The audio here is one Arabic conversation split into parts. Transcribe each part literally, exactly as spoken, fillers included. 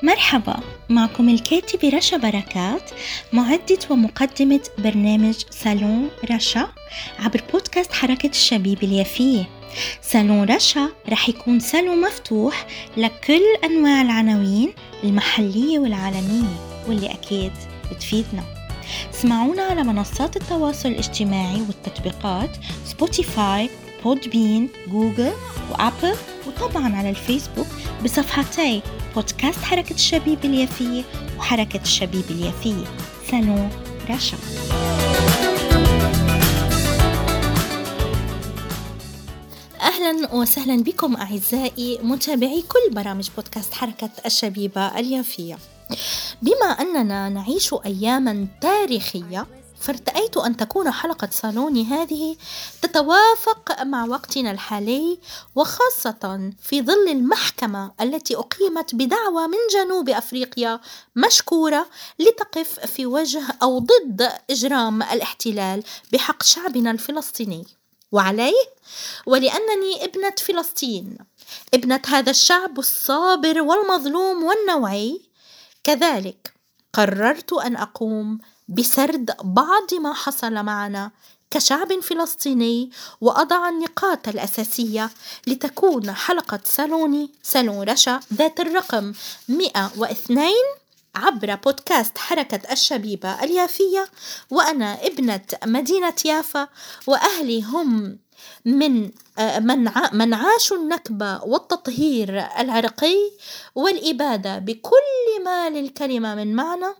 مرحبا، معكم الكاتبة رشا بركات، معدة ومقدمة برنامج صالون رشا عبر بودكاست حركة الشبيب اليافية. صالون رشا رح يكون صالون مفتوح لكل أنواع العناوين المحلية والعالمية واللي أكيد بتفيدنا. اسمعونا على منصات التواصل الاجتماعي والتطبيقات سبوتيفاي، بودبين، جوجل وأبل، وطبعا على الفيسبوك بصفحتي بودكاست حركة الشبيب اليافية وحركة الشبيب اليافية. صالون رشا. أهلا وسهلا بكم أعزائي متابعي كل برامج بودكاست حركة الشبيبة اليافية. بما أننا نعيش أياما تاريخية، فارتأيت أن تكون حلقة صالوني هذه تتوافق مع وقتنا الحالي، وخاصة في ظل المحكمة التي أقيمت بدعوى من جنوب أفريقيا مشكورة لتقف في وجه أو ضد إجرام الاحتلال بحق شعبنا الفلسطيني. وعليه ولأنني ابنة فلسطين، ابنة هذا الشعب الصابر والمظلوم والنوعي، كذلك قررت أن أقوم بسرد بعض ما حصل معنا كشعب فلسطيني، وأضع النقاط الأساسية لتكون حلقة صالوني صالون رشا ذات الرقم مئة واثنين عبر بودكاست حركة الشبيبة اليافية. وأنا ابنة مدينة يافا، وأهلي هم من من عاشوا النكبة والتطهير العرقي والإبادة بكل ما للكلمة من معنى،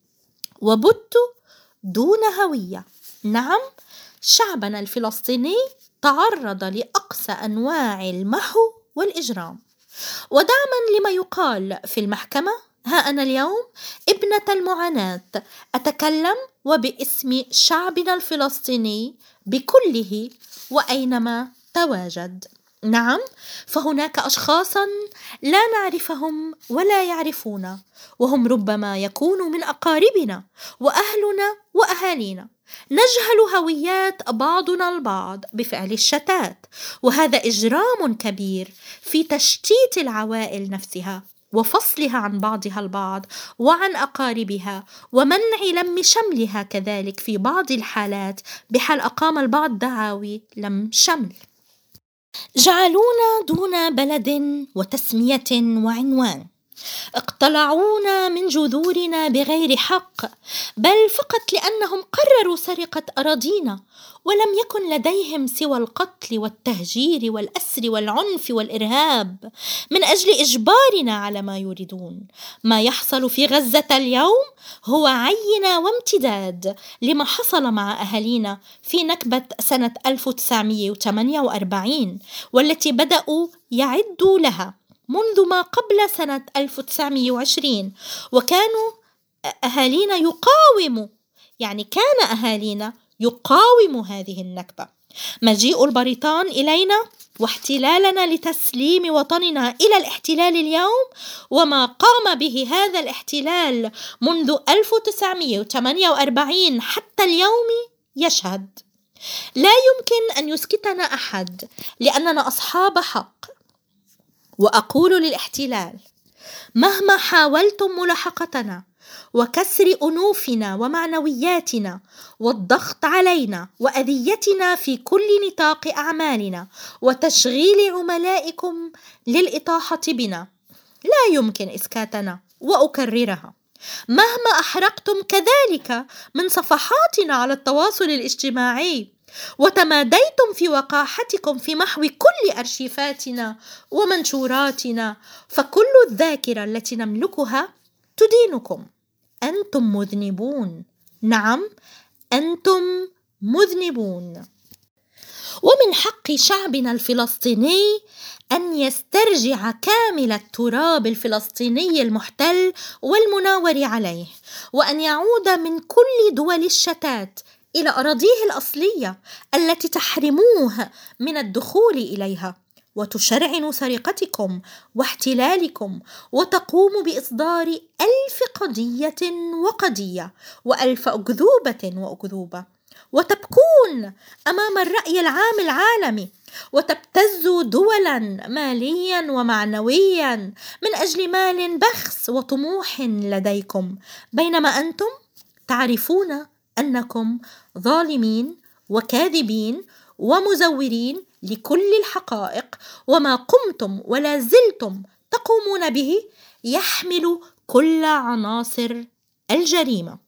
وبت دون هوية. نعم، شعبنا الفلسطيني تعرض لأقصى أنواع المحو والإجرام. ودعما لما يقال في المحكمة، ها أنا اليوم ابنة المعاناة أتكلم وباسم شعبنا الفلسطيني بكله وأينما تواجد. نعم، فهناك أشخاصا لا نعرفهم ولا يعرفونا، وهم ربما يكونوا من أقاربنا وأهلنا وأهالينا. نجهل هويات بعضنا البعض بفعل الشتات، وهذا إجرام كبير في تشتيت العوائل نفسها وفصلها عن بعضها البعض وعن أقاربها، ومنع لم شملها كذلك في بعض الحالات، بحال أقام البعض دعاوي لم شمل. جعلونا دون بلد وتسمية وعنوان، اقتلعونا من جذورنا بغير حق، بل فقط لأنهم قرروا سرقة أراضينا، ولم يكن لديهم سوى القتل والتهجير والأسر والعنف والإرهاب من أجل إجبارنا على ما يريدون. ما يحصل في غزة اليوم هو عينة وامتداد لما حصل مع أهالينا في نكبة سنة ألف وتسعمئة وثمانية وأربعين، والتي بدأوا يعدوا لها منذ ما قبل سنة ألف وتسعمئة وعشرين، وكانوا أهالينا يقاوموا، يعني كان أهالينا يقاوم هذه النكبة. مجيء البريطان إلينا واحتلالنا لتسليم وطننا إلى الاحتلال اليوم، وما قام به هذا الاحتلال منذ ألف وتسعمئة وثمانية وأربعين حتى اليوم يشهد. لا يمكن أن يسكتنا أحد، لأننا أصحاب حق. وأقول للاحتلال: مهما حاولتم ملاحقتنا وكسر أنوفنا ومعنوياتنا والضغط علينا وأذيتنا في كل نطاق أعمالنا وتشغيل عملائكم للإطاحة بنا، لا يمكن إسكاتنا. وأكررها: مهما أحرقتم كذلك من صفحاتنا على التواصل الاجتماعي وتماديتم في وقاحتكم في محو كل أرشيفاتنا ومنشوراتنا، فكل الذاكرة التي نملكها تدينكم. أنتم مذنبون، نعم أنتم مذنبون. ومن حق شعبنا الفلسطيني أن يسترجع كامل التراب الفلسطيني المحتل والمناور عليه، وأن يعود من كل دول الشتات إلى أراضيه الأصلية التي تحرموه من الدخول إليها، وتشرعن سرقتكم واحتلالكم، وتقوم بإصدار ألف قضية وقضية وألف أكذوبة وأكذوبة، وتبكون تنهارون أمام الرأي العام العالمي وتبتزوا دولا ماليا ومعنويا من أجل مال بخس وطموح لديكم، بينما أنتم تعرفون أنكم ظالمين وكاذبين ومزورين لكل الحقائق، وما قمتم ولا زلتم تقومون به يحمل كل عناصر الجريمة.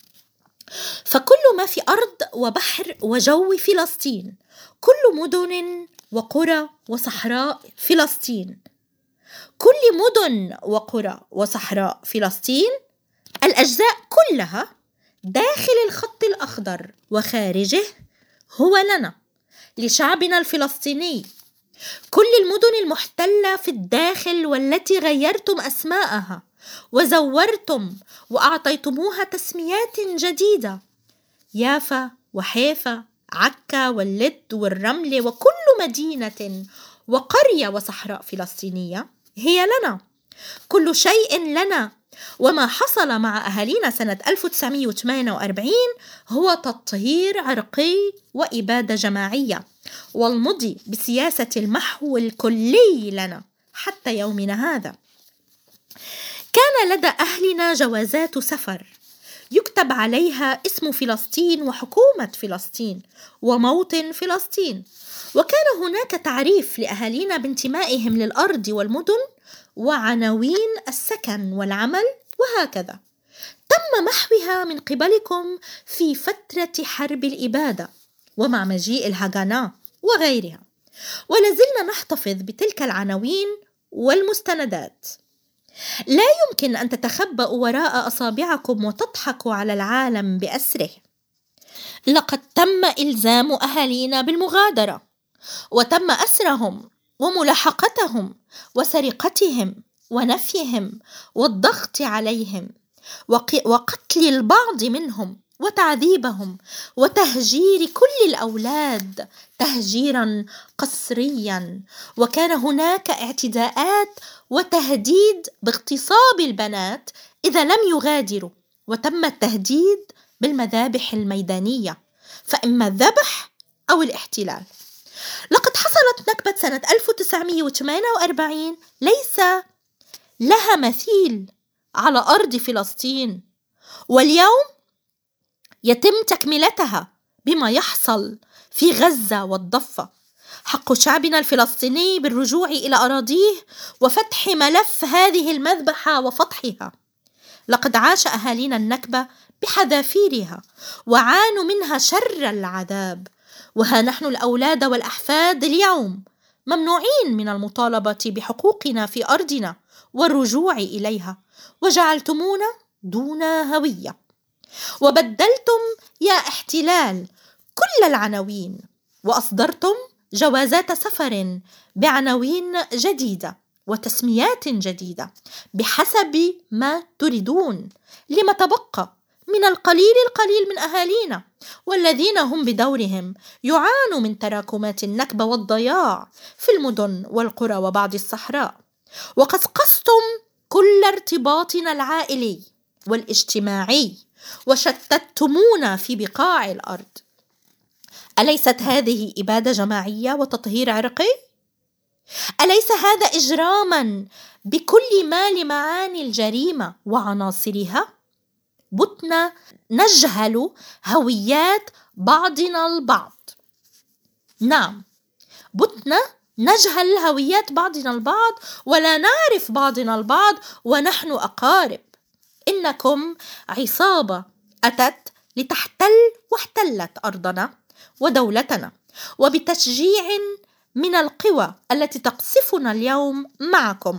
فكل ما في أرض وبحر وجو فلسطين، كل مدن وقرى وصحراء فلسطين، كل مدن وقرى وصحراء فلسطين، الأجزاء كلها داخل الخط الأخضر وخارجه هو لنا، لشعبنا الفلسطيني. كل المدن المحتلة في الداخل والتي غيرتم أسماءها وزورتم وأعطيتموها تسميات جديدة، يافا وحيفا، عكا واللد والرمل، وكل مدينة وقرية وصحراء فلسطينية هي لنا، كل شيء لنا. وما حصل مع أهالينا سنة ألف وتسعمائة وثمانية وأربعين هو تطهير عرقي وإبادة جماعية، والمضي بسياسة المحو الكلي لنا حتى يومنا هذا. كان لدى أهلنا جوازات سفر يكتب عليها اسم فلسطين وحكومة فلسطين وموطن فلسطين، وكان هناك تعريف لأهالينا بانتمائهم للأرض والمدن وعناوين السكن والعمل، وهكذا. تم محوها من قبلكم في فترة حرب الإبادة ومع مجيء الهاغانا وغيرها، ولازلنا نحتفظ بتلك العناوين والمستندات. لا يمكن أن تتخبأوا وراء أصابعكم وتضحكوا على العالم بأسره. لقد تم إلزام أهالينا بالمغادرة، وتم أسرهم وملاحقتهم وسرقتهم ونفيهم والضغط عليهم وقتل البعض منهم وتعذيبهم وتهجير كل الأولاد تهجيرا قسريا، وكان هناك اعتداءات وتهديد باغتصاب البنات إذا لم يغادروا، وتم التهديد بالمذابح الميدانية، فإما الذبح أو الاحتلال. لقد حصلت نكبة سنة ألف وتسعمائة وثمانية وأربعين ليس لها مثيل على أرض فلسطين، واليوم يتم تكملتها بما يحصل في غزة والضفة. حق شعبنا الفلسطيني بالرجوع إلى أراضيه وفتح ملف هذه المذبحة وفضحها. لقد عاش أهالينا النكبة بحذافيرها وعانوا منها شر العذاب، وها نحن الأولاد والأحفاد اليوم ممنوعين من المطالبة بحقوقنا في أرضنا والرجوع إليها، وجعلتمونا دون هوية، وبدلتم يا احتلال كل العناوين، وأصدرتم جوازات سفر بعناوين جديدة وتسميات جديدة بحسب ما تريدون، لما تبقى من القليل القليل من أهالينا والذين هم بدورهم يعانوا من تراكمات النكبة والضياع في المدن والقرى وبعض الصحراء. وقصقصتم كل ارتباطنا العائلي والاجتماعي وشتتمونا في بقاع الأرض. أليست هذه إبادة جماعية وتطهير عرقي؟ أليس هذا إجراما بكل ما لمعاني الجريمة وعناصرها؟ بتنا نجهل هويات بعضنا البعض. نعم، بتنا نجهل هويات بعضنا البعض ولا نعرف بعضنا البعض ونحن أقارب. إنكم عصابة أتت لتحتل واحتلت أرضنا ودولتنا، وبتشجيع من القوى التي تقصفنا اليوم معكم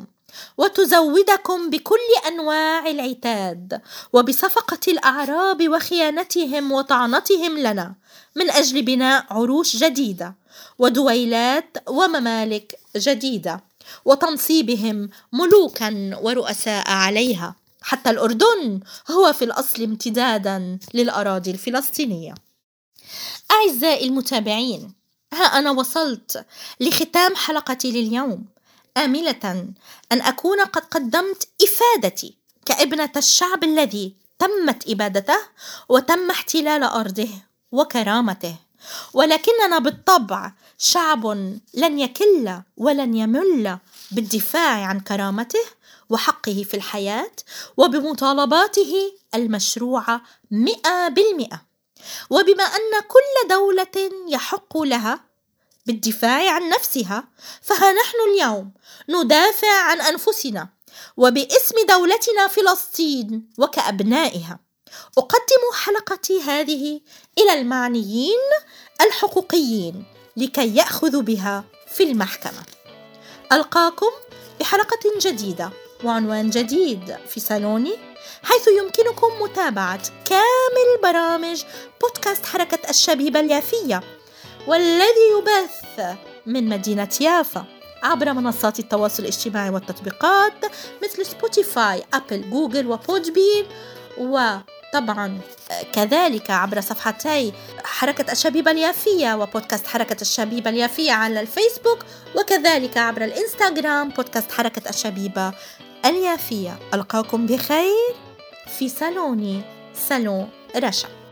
وتزودكم بكل أنواع العتاد وبصفقة الأعراب وخيانتهم وطعنتهم لنا من أجل بناء عروش جديدة ودويلات وممالك جديدة وتنصيبهم ملوكا ورؤساء عليها، حتى الأردن هو في الأصل امتدادا للأراضي الفلسطينية. أعزائي المتابعين، ها أنا وصلت لختام حلقتي لليوم، آملة أن أكون قد قدمت إفادتي كابنة الشعب الذي تمت إبادته وتم احتلال أرضه وكرامته ولكننا بالطبع شعب لن يكل ولن يمل بالدفاع عن كرامته وحقه في الحياة وبمطالباته المشروعة مئة بالمئة. وبما أن كل دولة يحق لها بالدفاع عن نفسها، فها نحن اليوم ندافع عن أنفسنا وباسم دولتنا فلسطين وكأبنائها. أقدم حلقتي هذه إلى المعنيين الحقوقيين لكي يأخذوا بها في المحكمة. ألقاكم بحلقة جديدة وعنوان جديد في صالوني، حيث يمكنكم متابعة كامل برامج بودكاست حركة الشبيبة اليافية، والذي يبث من مدينة يافا عبر منصات التواصل الاجتماعي والتطبيقات مثل سبوتيفاي، أبل، جوجل وبودبين، وطبعا كذلك عبر صفحتي حركة الشبيبة اليافية وبودكاست حركة الشبيبة اليافية على الفيسبوك، وكذلك عبر الإنستغرام بودكاست حركة الشبيبة اليافية. ألقاكم بخير في صالوني، صالون رشا.